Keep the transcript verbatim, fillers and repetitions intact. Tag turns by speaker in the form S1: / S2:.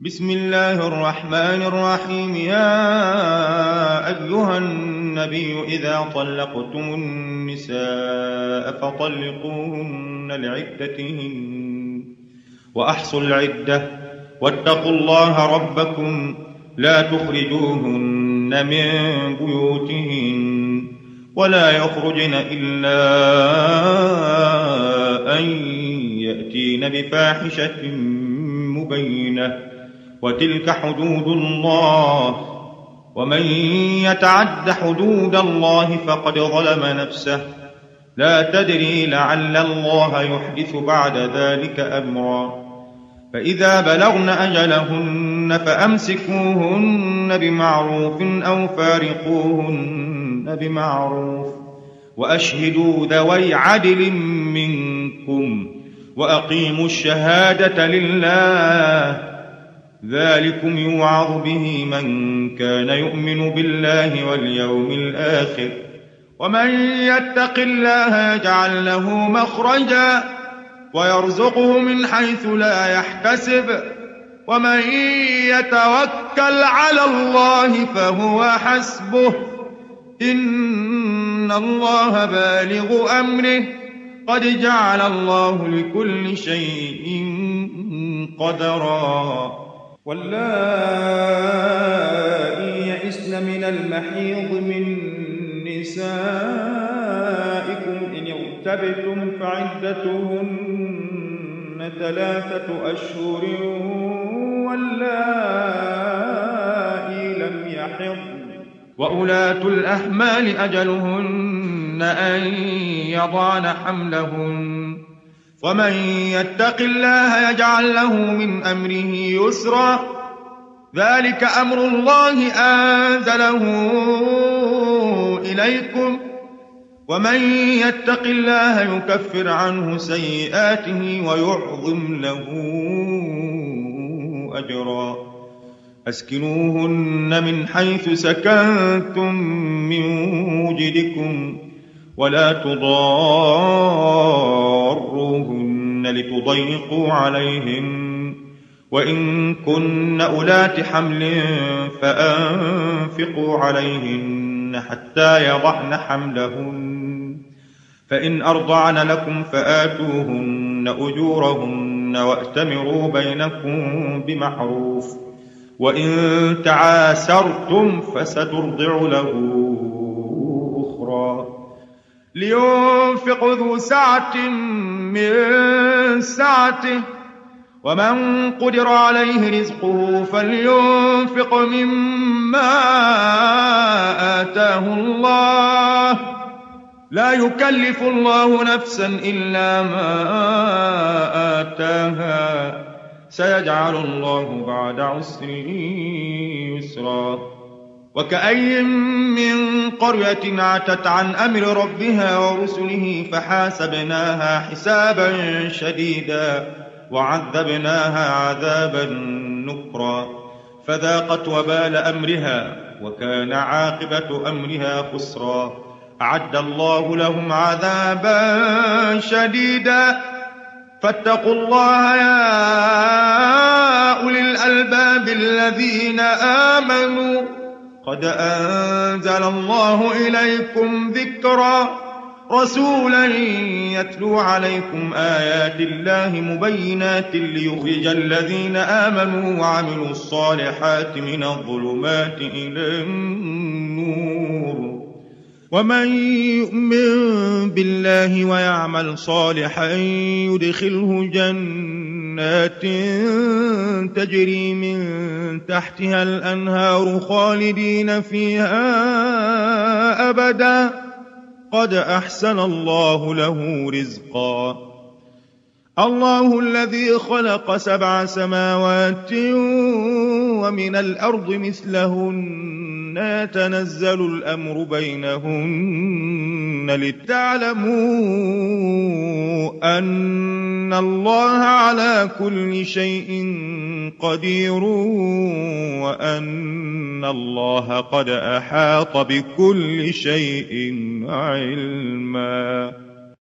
S1: بسم الله الرحمن الرحيم. يا أيها النبي إذا طلقتم النساء فطلقوهن لعدتهن وأحصوا العدة واتقوا الله ربكم لا تخرجوهن من بيوتهن ولا يخرجن إلا أن يأتين بفاحشة مبينة وتلك حدود الله ومن يتعد حدود الله فقد ظلم نفسه لا تدري لعل الله يحدث بعد ذلك أمرا. فإذا بلغن أجلهن فأمسكوهن بمعروف أو فارقوهن بمعروف وأشهدوا ذوي عدل منكم وأقيموا الشهادة لله ذلكم يوعظ به من كان يؤمن بالله واليوم الآخر ومن يتق الله يجعل له مخرجا ويرزقه من حيث لا يحتسب ومن يتوكل على الله فهو حسبه إن الله بالغ أمره قد جعل الله لكل شيء قدرا. واللائي يئسن من المحيض من نسائكم إن ارتبتم فعدتهن ثلاثة أشهر واللائي لم يحضن وأولاة الأحمال أجلهن أن يضعن حملهن ومن يتق الله يجعل له من أمره يسرا ذلك أمر الله أنزله إليكم ومن يتق الله يكفر عنه سيئاته ويعظم له أجرا. أسكنوهن من حيث سكنتم من وجدكم ولا تضاروهن لتضيقوا عليهن وإن كن أولات حمل فأنفقوا عليهن حتى يضعن حملهن فإن أرضعن لكم فآتوهن أجورهن وأتمروا بينكم بمعروف وإن تعاسرتم فسترضع له أخرى. لينفق ذو سعة من سعته ومن قدر عليه رزقه فلينفق مما آتاه الله لا يكلف الله نفسا إلا ما آتاها سيجعل الله بعد عسر يسرا. وكأي من قرية عتت عن أمر ربها ورسله فحاسبناها حسابا شديدا وعذبناها عذابا نكرا فذاقت وبال أمرها وكان عاقبة أمرها خسرا. أعد الله لهم عذابا شديدا فاتقوا الله يا أولي الألباب الذين آمنوا قد أنزل الله إليكم ذكرا رسولا يتلو عليكم آيات الله مبينات ليخرج الذين آمنوا وعملوا الصالحات من الظلمات إلى النور ومن يؤمن بالله ويعمل صالحا يدخله جنات تجري من تحتها الأنهار خالدين فيها أبدا قد أحسن الله له رزقا. الله الذي خلق سبع سماوات ومن الأرض مثلهن يتنزل الأمر بينهن لتعلموا أن الله على كل شيء قدير وأن الله قد أحاط بكل شيء علما.